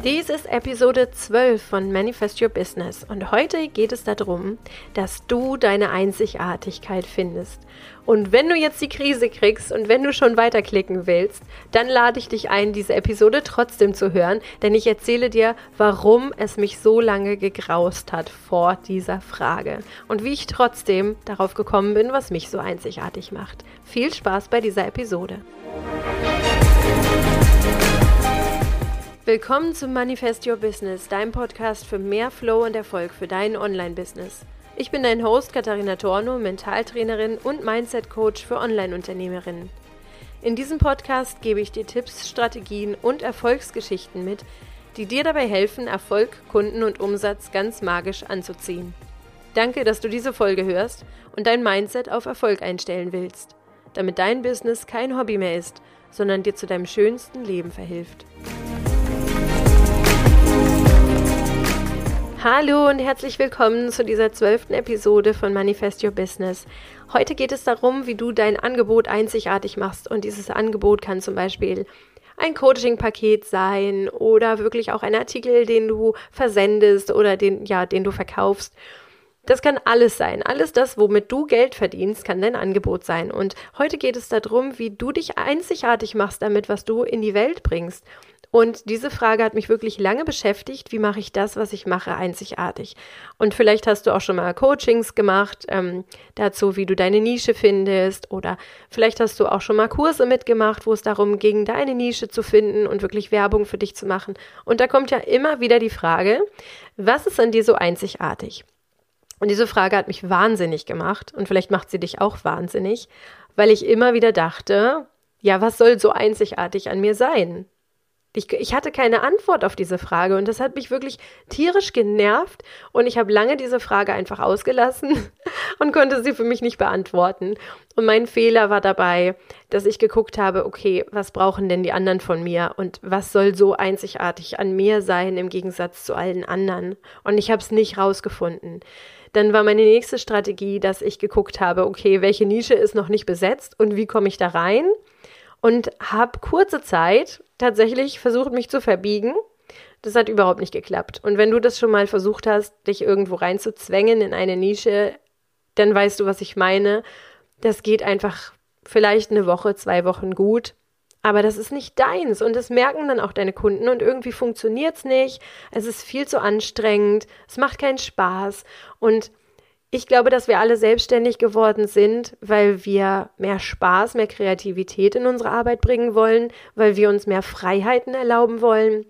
Dies ist Episode 12 von Manifest Your Business und heute geht es darum, dass du deine Einzigartigkeit findest. Und wenn du jetzt die Krise kriegst und wenn du schon weiterklicken willst, dann lade ich dich ein, diese Episode trotzdem zu hören, denn ich erzähle dir, warum es mich so lange gegraust hat vor dieser Frage und wie ich trotzdem darauf gekommen bin, was mich so einzigartig macht. Viel Spaß bei dieser Episode. Willkommen zum Manifest Your Business, deinem Podcast für mehr Flow und Erfolg für dein Online-Business. Ich bin dein Host Katharina Tornow, Mentaltrainerin und Mindset-Coach für Online-Unternehmerinnen. In diesem Podcast gebe ich dir Tipps, Strategien und Erfolgsgeschichten mit, die dir dabei helfen, Erfolg, Kunden und Umsatz ganz magisch anzuziehen. Danke, dass du diese Folge hörst und dein Mindset auf Erfolg einstellen willst, damit dein Business kein Hobby mehr ist, sondern dir zu deinem schönsten Leben verhilft. Hallo und herzlich willkommen zu dieser 12. Episode von Manifest Your Business. Heute geht es darum, wie du dein Angebot einzigartig machst und dieses Angebot kann zum Beispiel ein Coaching-Paket sein oder wirklich auch ein Artikel, den du versendest oder den du verkaufst. Das kann alles sein. Alles das, womit du Geld verdienst, kann dein Angebot sein. Und heute geht es darum, wie du dich einzigartig machst damit, was du in die Welt bringst. Und diese Frage hat mich wirklich lange beschäftigt. Wie mache ich das, was ich mache, einzigartig? Und vielleicht hast du auch schon mal Coachings gemacht, dazu, wie du deine Nische findest. Oder vielleicht hast du auch schon mal Kurse mitgemacht, wo es darum ging, deine Nische zu finden und wirklich Werbung für dich zu machen. Und da kommt ja immer wieder die Frage, was ist an dir so einzigartig? Und diese Frage hat mich wahnsinnig gemacht und vielleicht macht sie dich auch wahnsinnig, weil ich immer wieder dachte, ja, was soll so einzigartig an mir sein? Ich hatte keine Antwort auf diese Frage und das hat mich wirklich tierisch genervt und ich habe lange diese Frage einfach ausgelassen und konnte sie für mich nicht beantworten. Und mein Fehler war dabei, dass ich geguckt habe, okay, was brauchen denn die anderen von mir und was soll so einzigartig an mir sein im Gegensatz zu allen anderen? Und ich habe es nicht rausgefunden. Dann war meine nächste Strategie, dass ich geguckt habe, okay, welche Nische ist noch nicht besetzt und wie komme ich da rein? Und habe kurze Zeit tatsächlich versucht, mich zu verbiegen. Das hat überhaupt nicht geklappt. Und wenn du das schon mal versucht hast, dich irgendwo reinzuzwängen in eine Nische, dann weißt du, was ich meine. Das geht einfach vielleicht eine Woche, 2 Wochen gut. Aber das ist nicht deins und das merken dann auch deine Kunden und irgendwie funktioniert es nicht. Es ist viel zu anstrengend, es macht keinen Spaß und ich glaube, dass wir alle selbstständig geworden sind, weil wir mehr Spaß, mehr Kreativität in unsere Arbeit bringen wollen, weil wir uns mehr Freiheiten erlauben wollen,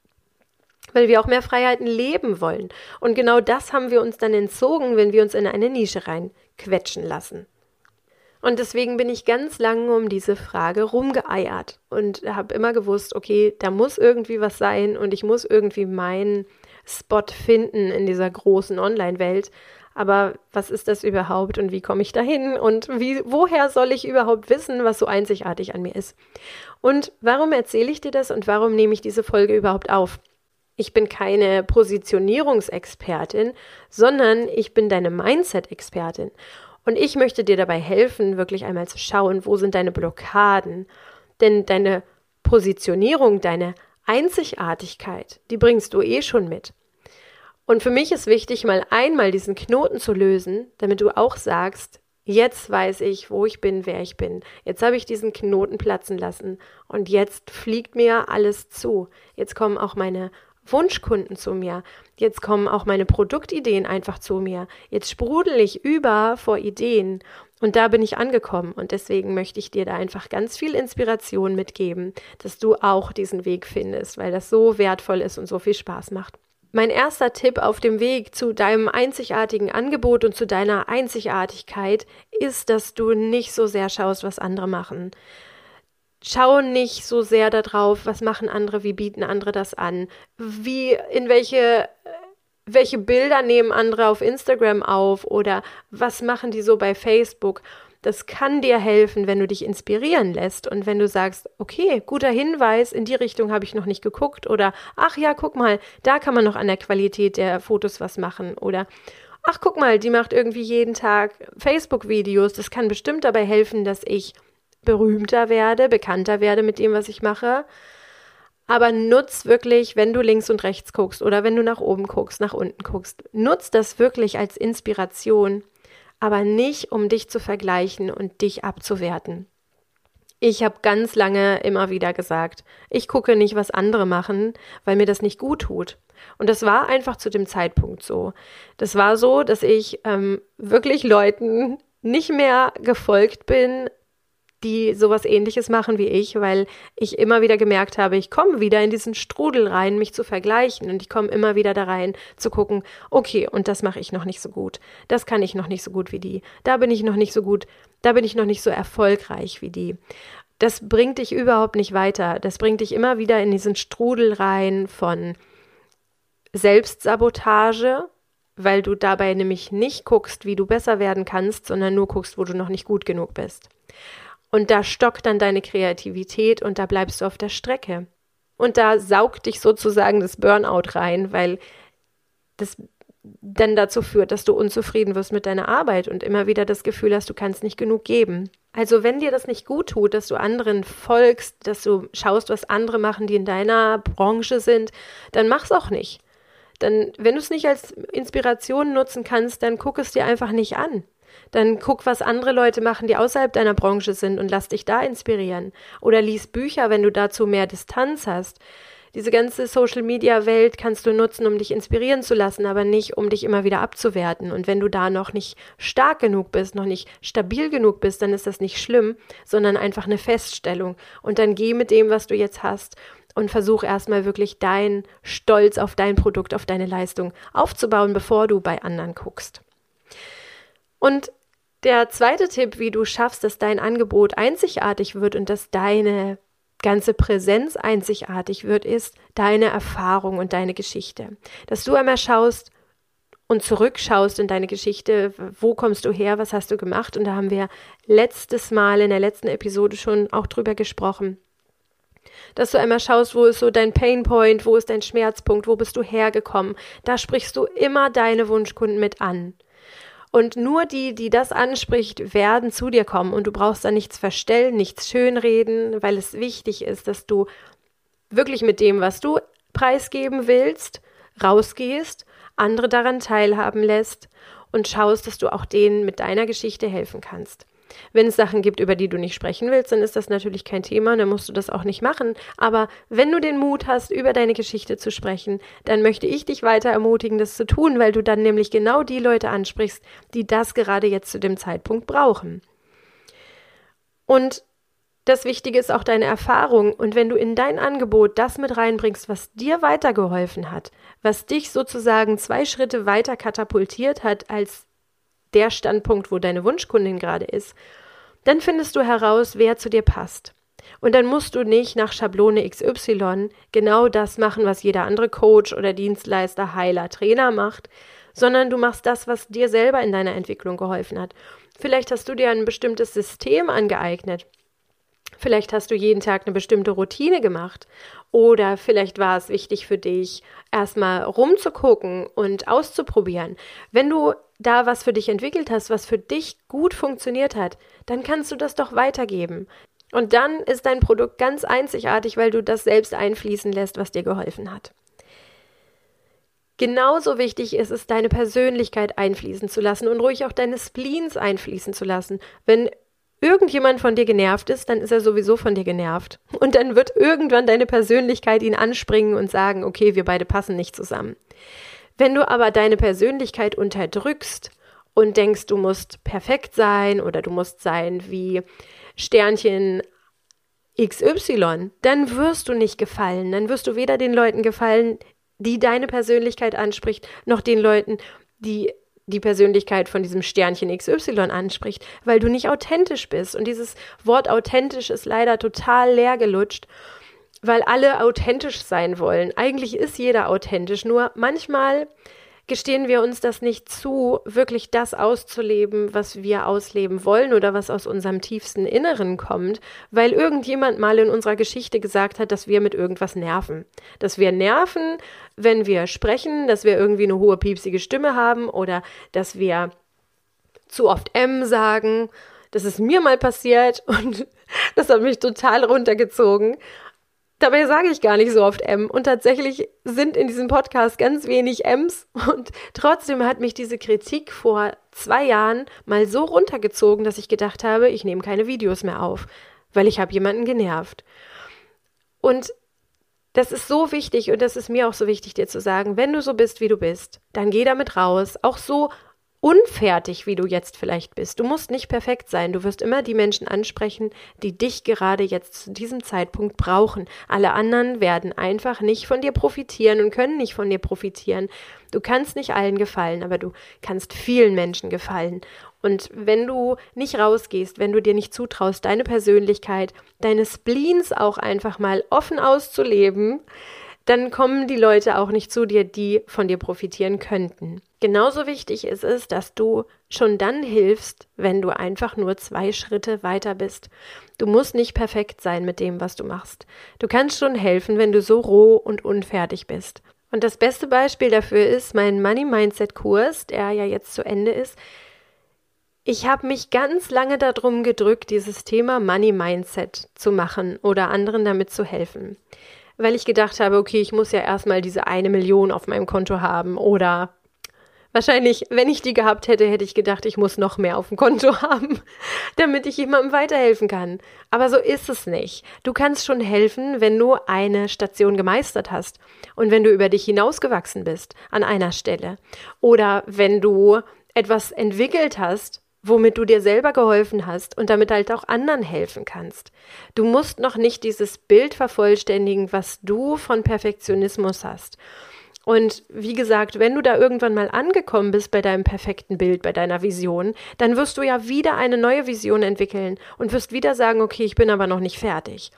weil wir auch mehr Freiheiten leben wollen. Und genau das haben wir uns dann entzogen, wenn wir uns in eine Nische reinquetschen lassen. Und deswegen bin ich ganz lange um diese Frage rumgeeiert und habe immer gewusst, okay, da muss irgendwie was sein und ich muss irgendwie meinen Spot finden in dieser großen Online-Welt. Aber was ist das überhaupt und wie komme ich dahin und woher soll ich überhaupt wissen, was so einzigartig an mir ist? Und warum erzähle ich dir das und warum nehme ich diese Folge überhaupt auf? Ich bin keine Positionierungsexpertin, sondern ich bin deine Mindset-Expertin. Und ich möchte dir dabei helfen, wirklich einmal zu schauen, wo sind deine Blockaden? Denn deine Positionierung, deine Einzigartigkeit, die bringst du schon mit. Und für mich ist wichtig, mal einmal diesen Knoten zu lösen, damit du auch sagst, jetzt weiß ich, wo ich bin, wer ich bin. Jetzt habe ich diesen Knoten platzen lassen und jetzt fliegt mir alles zu. Jetzt kommen auch meine Wunschkunden zu mir. Jetzt kommen auch meine Produktideen einfach zu mir. Jetzt sprudel ich über vor Ideen und da bin ich angekommen und deswegen möchte ich dir da einfach ganz viel Inspiration mitgeben, dass du auch diesen Weg findest, weil das so wertvoll ist und so viel Spaß macht. Mein erster Tipp auf dem Weg zu deinem einzigartigen Angebot und zu deiner Einzigartigkeit ist, dass du nicht so sehr schaust, was andere machen. Schau nicht so sehr darauf, was machen andere, wie bieten andere das an, welche Bilder nehmen andere auf Instagram auf oder was machen die so bei Facebook. Das kann dir helfen, wenn du dich inspirieren lässt und wenn du sagst, okay, guter Hinweis, in die Richtung habe ich noch nicht geguckt oder ach ja, guck mal, da kann man noch an der Qualität der Fotos was machen oder ach, guck mal, die macht irgendwie jeden Tag Facebook-Videos, das kann bestimmt dabei helfen, dass ich berühmter werde, bekannter werde mit dem, was ich mache. Aber nutz wirklich, wenn du links und rechts guckst oder wenn du nach oben guckst, nach unten guckst, nutz das wirklich als Inspiration, aber nicht, um dich zu vergleichen und dich abzuwerten. Ich habe ganz lange immer wieder gesagt, ich gucke nicht, was andere machen, weil mir das nicht gut tut. Und das war einfach zu dem Zeitpunkt so. Das war so, dass ich wirklich Leuten nicht mehr gefolgt bin, die sowas Ähnliches machen wie ich, weil ich immer wieder gemerkt habe, ich komme wieder in diesen Strudel rein, mich zu vergleichen, und ich komme immer wieder da rein zu gucken, okay, und das mache ich noch nicht so gut, das kann ich noch nicht so gut wie die, da bin ich noch nicht so gut, da bin ich noch nicht so erfolgreich wie die. Das bringt dich überhaupt nicht weiter, das bringt dich immer wieder in diesen Strudel rein von Selbstsabotage, weil du dabei nämlich nicht guckst, wie du besser werden kannst, sondern nur guckst, wo du noch nicht gut genug bist. Und da stockt dann deine Kreativität und da bleibst du auf der Strecke. Und da saugt dich sozusagen das Burnout rein, weil das dann dazu führt, dass du unzufrieden wirst mit deiner Arbeit und immer wieder das Gefühl hast, du kannst nicht genug geben. Also wenn dir das nicht gut tut, dass du anderen folgst, dass du schaust, was andere machen, die in deiner Branche sind, dann mach's auch nicht. Dann, wenn du es nicht als Inspiration nutzen kannst, dann guck es dir einfach nicht an. Dann guck, was andere Leute machen, die außerhalb deiner Branche sind, und lass dich da inspirieren. Oder lies Bücher, wenn du dazu mehr Distanz hast. Diese ganze Social-Media-Welt kannst du nutzen, um dich inspirieren zu lassen, aber nicht, um dich immer wieder abzuwerten. Und wenn du da noch nicht stark genug bist, noch nicht stabil genug bist, dann ist das nicht schlimm, sondern einfach eine Feststellung. Und dann geh mit dem, was du jetzt hast, und versuch erstmal wirklich deinen Stolz auf dein Produkt, auf deine Leistung aufzubauen, bevor du bei anderen guckst. Und der zweite Tipp, wie du schaffst, dass dein Angebot einzigartig wird und dass deine ganze Präsenz einzigartig wird, ist deine Erfahrung und deine Geschichte. Dass du einmal schaust und zurückschaust in deine Geschichte, wo kommst du her, was hast du gemacht? Und da haben wir letztes Mal in der letzten Episode schon auch drüber gesprochen. Dass du einmal schaust, wo ist so dein Painpoint, wo ist dein Schmerzpunkt, wo bist du hergekommen. Da sprichst du immer deine Wunschkunden mit an. Und nur die das anspricht, werden zu dir kommen. Und du brauchst da nichts verstellen, nichts schönreden, weil es wichtig ist, dass du wirklich mit dem, was du preisgeben willst, rausgehst, andere daran teilhaben lässt und schaust, dass du auch denen mit deiner Geschichte helfen kannst. Wenn es Sachen gibt, über die du nicht sprechen willst, dann ist das natürlich kein Thema, dann musst du das auch nicht machen. Aber wenn du den Mut hast, über deine Geschichte zu sprechen, dann möchte ich dich weiter ermutigen, das zu tun, weil du dann nämlich genau die Leute ansprichst, die das gerade jetzt zu dem Zeitpunkt brauchen. Und das Wichtige ist auch deine Erfahrung. Und wenn du in dein Angebot das mit reinbringst, was dir weitergeholfen hat, was dich sozusagen 2 Schritte weiter katapultiert hat als der Standpunkt, wo deine Wunschkundin gerade ist, dann findest du heraus, wer zu dir passt. Und dann musst du nicht nach Schablone XY genau das machen, was jeder andere Coach oder Dienstleister, Heiler, Trainer macht, sondern du machst das, was dir selber in deiner Entwicklung geholfen hat. Vielleicht hast du dir ein bestimmtes System angeeignet. Vielleicht hast du jeden Tag eine bestimmte Routine gemacht. Oder vielleicht war es wichtig für dich, erstmal rumzugucken und auszuprobieren. Wenn du da was für dich entwickelt hast, was für dich gut funktioniert hat, dann kannst du das doch weitergeben. Und dann ist dein Produkt ganz einzigartig, weil du das selbst einfließen lässt, was dir geholfen hat. Genauso wichtig ist es, deine Persönlichkeit einfließen zu lassen und ruhig auch deine Spleens einfließen zu lassen. Wenn irgendjemand von dir genervt ist, dann ist er sowieso von dir genervt. Und dann wird irgendwann deine Persönlichkeit ihn anspringen und sagen, okay, wir beide passen nicht zusammen. Wenn du aber deine Persönlichkeit unterdrückst und denkst, du musst perfekt sein oder du musst sein wie Sternchen XY, dann wirst du nicht gefallen. Dann wirst du weder den Leuten gefallen, die deine Persönlichkeit anspricht, noch den Leuten, die die Persönlichkeit von diesem Sternchen XY anspricht, weil du nicht authentisch bist. Und dieses Wort authentisch ist leider total leer gelutscht, weil alle authentisch sein wollen. Eigentlich ist jeder authentisch, nur manchmal gestehen wir uns das nicht zu, wirklich das auszuleben, was wir ausleben wollen oder was aus unserem tiefsten Inneren kommt, weil irgendjemand mal in unserer Geschichte gesagt hat, dass wir mit irgendwas nerven. Dass wir nerven, wenn wir sprechen, dass wir irgendwie eine hohe, piepsige Stimme haben oder dass wir zu oft sagen. Das ist mir mal passiert und das hat mich total runtergezogen. Dabei sage ich gar nicht so oft M und tatsächlich sind in diesem Podcast ganz wenig Ms und trotzdem hat mich diese Kritik vor 2 Jahren mal so runtergezogen, dass ich gedacht habe, ich nehme keine Videos mehr auf, weil ich habe jemanden genervt. Und das ist so wichtig und das ist mir auch so wichtig, dir zu sagen, wenn du so bist, wie du bist, dann geh damit raus, auch so unfertig, wie du jetzt vielleicht bist. Du musst nicht perfekt sein. Du wirst immer die Menschen ansprechen, die dich gerade jetzt zu diesem Zeitpunkt brauchen. Alle anderen werden einfach nicht von dir profitieren und können nicht von dir profitieren. Du kannst nicht allen gefallen, aber du kannst vielen Menschen gefallen. Und wenn du nicht rausgehst, wenn du dir nicht zutraust, deine Persönlichkeit, deine Spleens auch einfach mal offen auszuleben, dann kommen die Leute auch nicht zu dir, die von dir profitieren könnten. Genauso wichtig ist es, dass du schon dann hilfst, wenn du einfach nur 2 Schritte weiter bist. Du musst nicht perfekt sein mit dem, was du machst. Du kannst schon helfen, wenn du so roh und unfertig bist. Und das beste Beispiel dafür ist mein Money Mindset Kurs, der ja jetzt zu Ende ist. Ich habe mich ganz lange darum gedrückt, dieses Thema Money Mindset zu machen oder anderen damit zu helfen. Weil ich gedacht habe, okay, ich muss ja erstmal diese 1 Million auf meinem Konto haben oder wahrscheinlich, wenn ich die gehabt hätte, hätte ich gedacht, ich muss noch mehr auf dem Konto haben, damit ich jemandem weiterhelfen kann. Aber so ist es nicht. Du kannst schon helfen, wenn du eine Station gemeistert hast und wenn du über dich hinausgewachsen bist an einer Stelle oder wenn du etwas entwickelt hast, womit du dir selber geholfen hast und damit halt auch anderen helfen kannst. Du musst noch nicht dieses Bild vervollständigen, was du von Perfektionismus hast. Und wie gesagt, wenn du da irgendwann mal angekommen bist bei deinem perfekten Bild, bei deiner Vision, dann wirst du ja wieder eine neue Vision entwickeln und wirst wieder sagen, okay, ich bin aber noch nicht fertig.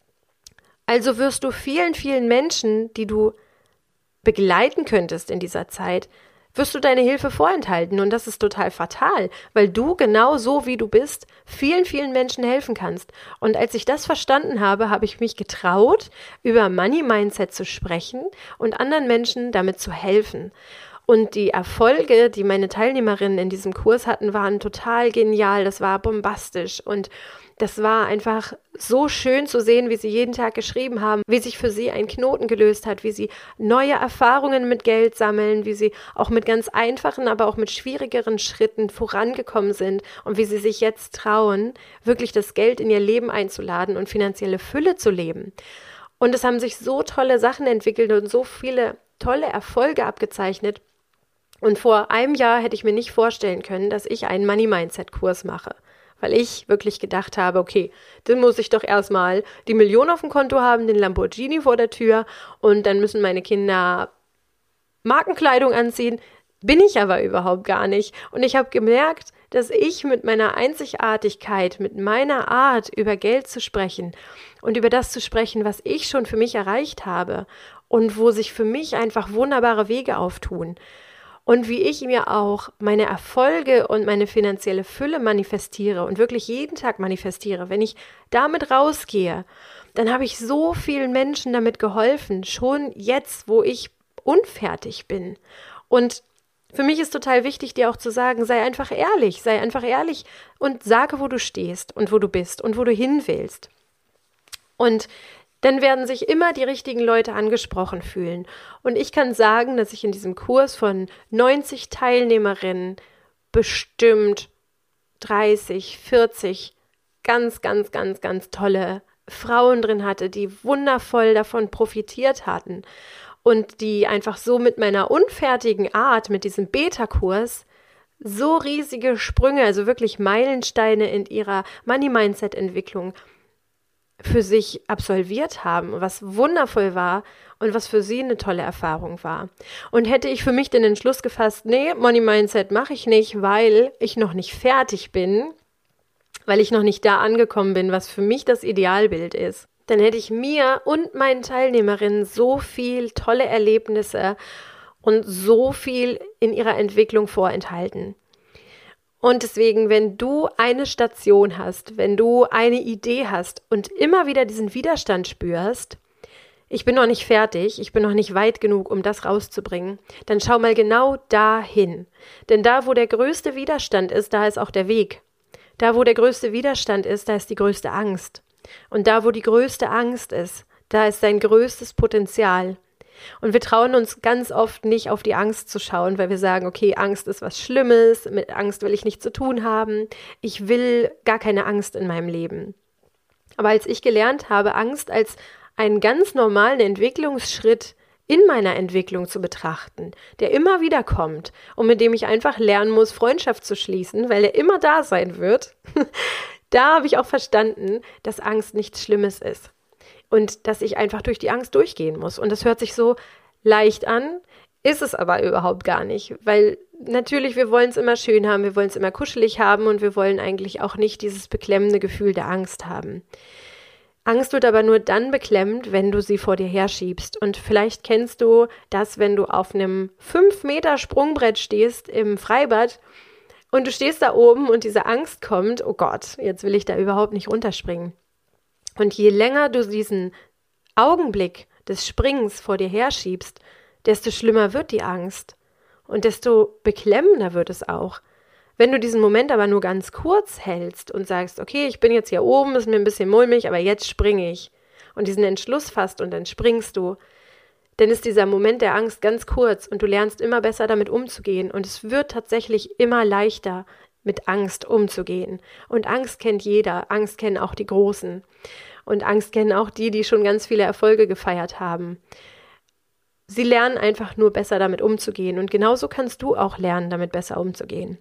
Also wirst du vielen, vielen Menschen, die du begleiten könntest in dieser Zeit, wirst du deine Hilfe vorenthalten und das ist total fatal, weil du genau so, wie du bist, vielen, vielen Menschen helfen kannst. Und als ich das verstanden habe, habe ich mich getraut, über Money Mindset zu sprechen und anderen Menschen damit zu helfen. Und die Erfolge, die meine Teilnehmerinnen in diesem Kurs hatten, waren total genial, das war bombastisch und das war einfach so schön zu sehen, wie sie jeden Tag geschrieben haben, wie sich für sie ein Knoten gelöst hat, wie sie neue Erfahrungen mit Geld sammeln, wie sie auch mit ganz einfachen, aber auch mit schwierigeren Schritten vorangekommen sind und wie sie sich jetzt trauen, wirklich das Geld in ihr Leben einzuladen und finanzielle Fülle zu leben. Und es haben sich so tolle Sachen entwickelt und so viele tolle Erfolge abgezeichnet. Und vor einem Jahr hätte ich mir nicht vorstellen können, dass ich einen Money-Mindset-Kurs mache. Weil ich wirklich gedacht habe, okay, dann muss ich doch erstmal die Million auf dem Konto haben, den Lamborghini vor der Tür und dann müssen meine Kinder Markenkleidung anziehen. Bin ich aber überhaupt gar nicht. Und ich habe gemerkt, dass ich mit meiner Einzigartigkeit, mit meiner Art, über Geld zu sprechen und über das zu sprechen, was ich schon für mich erreicht habe und wo sich für mich einfach wunderbare Wege auftun, und wie ich mir auch meine Erfolge und meine finanzielle Fülle manifestiere und wirklich jeden Tag manifestiere, wenn ich damit rausgehe, dann habe ich so vielen Menschen damit geholfen, schon jetzt, wo ich unfertig bin. Und für mich ist total wichtig, dir auch zu sagen, sei einfach ehrlich und sage, wo du stehst und wo du bist und wo du hin willst. Und dann werden sich immer die richtigen Leute angesprochen fühlen. Und ich kann sagen, dass ich in diesem Kurs von 90 Teilnehmerinnen bestimmt 30, 40 ganz, ganz, ganz, ganz tolle Frauen drin hatte, die wundervoll davon profitiert hatten und die einfach so mit meiner unfertigen Art, mit diesem Beta-Kurs, so riesige Sprünge, also wirklich Meilensteine in ihrer Money-Mindset-Entwicklung für sich absolviert haben, was wundervoll war und was für sie eine tolle Erfahrung war. Und hätte ich für mich den Entschluss gefasst, nee, Money Mindset mache ich nicht, weil ich noch nicht fertig bin, weil ich noch nicht da angekommen bin, was für mich das Idealbild ist, dann hätte ich mir und meinen Teilnehmerinnen so viel tolle Erlebnisse und so viel in ihrer Entwicklung vorenthalten. Und deswegen, wenn du eine Station hast, wenn du eine Idee hast und immer wieder diesen Widerstand spürst, ich bin noch nicht fertig, ich bin noch nicht weit genug, um das rauszubringen, dann schau mal genau dahin. Denn da, wo der größte Widerstand ist, da ist auch der Weg. Da, wo der größte Widerstand ist, da ist die größte Angst. Und da, wo die größte Angst ist, Da ist dein größtes Potenzial. Und wir trauen uns ganz oft nicht auf die Angst zu schauen, weil wir sagen, okay, Angst ist was Schlimmes, mit Angst will ich nichts zu tun haben, ich will gar keine Angst in meinem Leben. Aber als ich gelernt habe, Angst als einen ganz normalen Entwicklungsschritt in meiner Entwicklung zu betrachten, der immer wieder kommt und mit dem ich einfach lernen muss, Freundschaft zu schließen, weil er immer da sein wird, da habe ich auch verstanden, dass Angst nichts Schlimmes ist. Und dass ich einfach durch die Angst durchgehen muss. Und das hört sich so leicht an, ist es aber überhaupt gar nicht. Weil natürlich, wir wollen es immer schön haben, wir wollen es immer kuschelig haben und wir wollen eigentlich auch nicht dieses beklemmende Gefühl der Angst haben. Angst wird aber nur dann beklemmend, wenn du sie vor dir herschiebst. Und vielleicht kennst du das, wenn du auf einem 5 Meter Sprungbrett stehst im Freibad und du stehst da oben und diese Angst kommt, oh Gott, jetzt will ich da überhaupt nicht runterspringen. Und je länger du diesen Augenblick des Springens vor dir herschiebst, desto schlimmer wird die Angst und desto beklemmender wird es auch. Wenn du diesen Moment aber nur ganz kurz hältst und sagst, okay, ich bin jetzt hier oben, ist mir ein bisschen mulmig, aber jetzt springe ich und diesen Entschluss fasst und dann springst du, dann ist dieser Moment der Angst ganz kurz und du lernst immer besser damit umzugehen und es wird tatsächlich immer leichter, mit Angst umzugehen. Und Angst kennt jeder, Angst kennen auch die Großen. Und Angst kennen auch die, die schon ganz viele Erfolge gefeiert haben. Sie lernen einfach nur besser damit umzugehen. Und genauso kannst du auch lernen, damit besser umzugehen.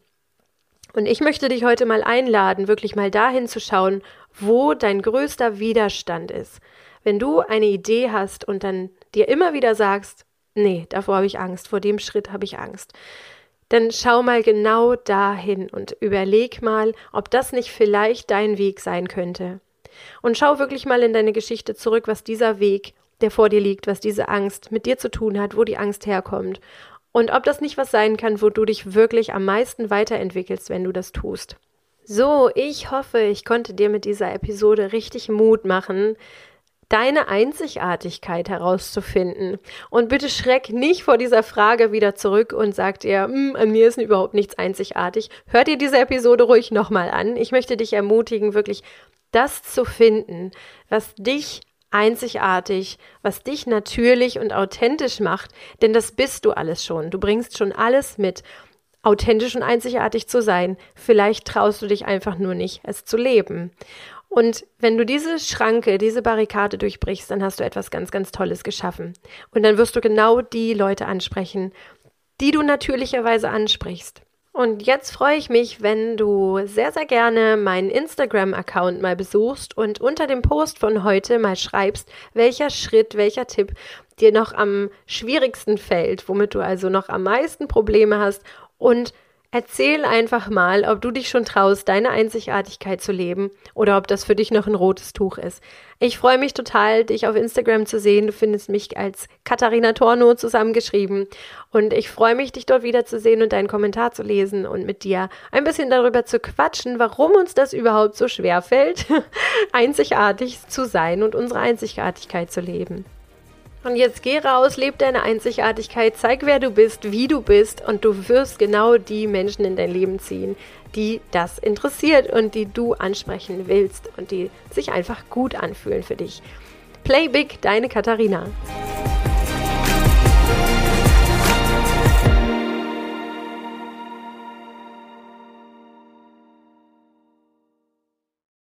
Und ich möchte dich heute mal einladen, wirklich mal dahin zu schauen, wo dein größter Widerstand ist. Wenn du eine Idee hast und dann dir immer wieder sagst, nee, davor habe ich Angst, vor dem Schritt habe ich Angst, dann schau mal genau dahin und überleg mal, ob das nicht vielleicht dein Weg sein könnte. Und schau wirklich mal in deine Geschichte zurück, was dieser Weg, der vor dir liegt, was diese Angst mit dir zu tun hat, wo die Angst herkommt. Und ob das nicht was sein kann, wo du dich wirklich am meisten weiterentwickelst, wenn du das tust. So, ich hoffe, ich konnte dir mit dieser Episode richtig Mut machen, deine Einzigartigkeit herauszufinden. Und bitte schreck nicht vor dieser Frage wieder zurück und sag dir, an mir ist überhaupt nichts einzigartig. Hör dir diese Episode ruhig nochmal an. Ich möchte dich ermutigen, wirklich das zu finden, was dich einzigartig, was dich natürlich und authentisch macht, denn das bist du alles schon. Du bringst schon alles mit, authentisch und einzigartig zu sein. Vielleicht traust du dich einfach nur nicht, es zu leben. Und wenn du diese Schranke, diese Barrikade durchbrichst, dann hast du etwas ganz, ganz Tolles geschaffen. Und dann wirst du genau die Leute ansprechen, die du natürlicherweise ansprichst. Und jetzt freue ich mich, wenn du sehr, sehr gerne meinen Instagram-Account mal besuchst und unter dem Post von heute mal schreibst, welcher Schritt, welcher Tipp dir noch am schwierigsten fällt, womit du also noch am meisten Probleme hast, und erzähl einfach mal, ob du dich schon traust, deine Einzigartigkeit zu leben oder ob das für dich noch ein rotes Tuch ist. Ich freue mich total, dich auf Instagram zu sehen. Du findest mich als Katharina Tornow zusammengeschrieben und ich freue mich, dich dort wiederzusehen und deinen Kommentar zu lesen und mit dir ein bisschen darüber zu quatschen, warum uns das überhaupt so schwer fällt, einzigartig zu sein und unsere Einzigartigkeit zu leben. Und jetzt geh raus, leb deine Einzigartigkeit, zeig, wer du bist, wie du bist und du wirst genau die Menschen in dein Leben ziehen, die das interessiert und die du ansprechen willst und die sich einfach gut anfühlen für dich. Play big, deine Katharina.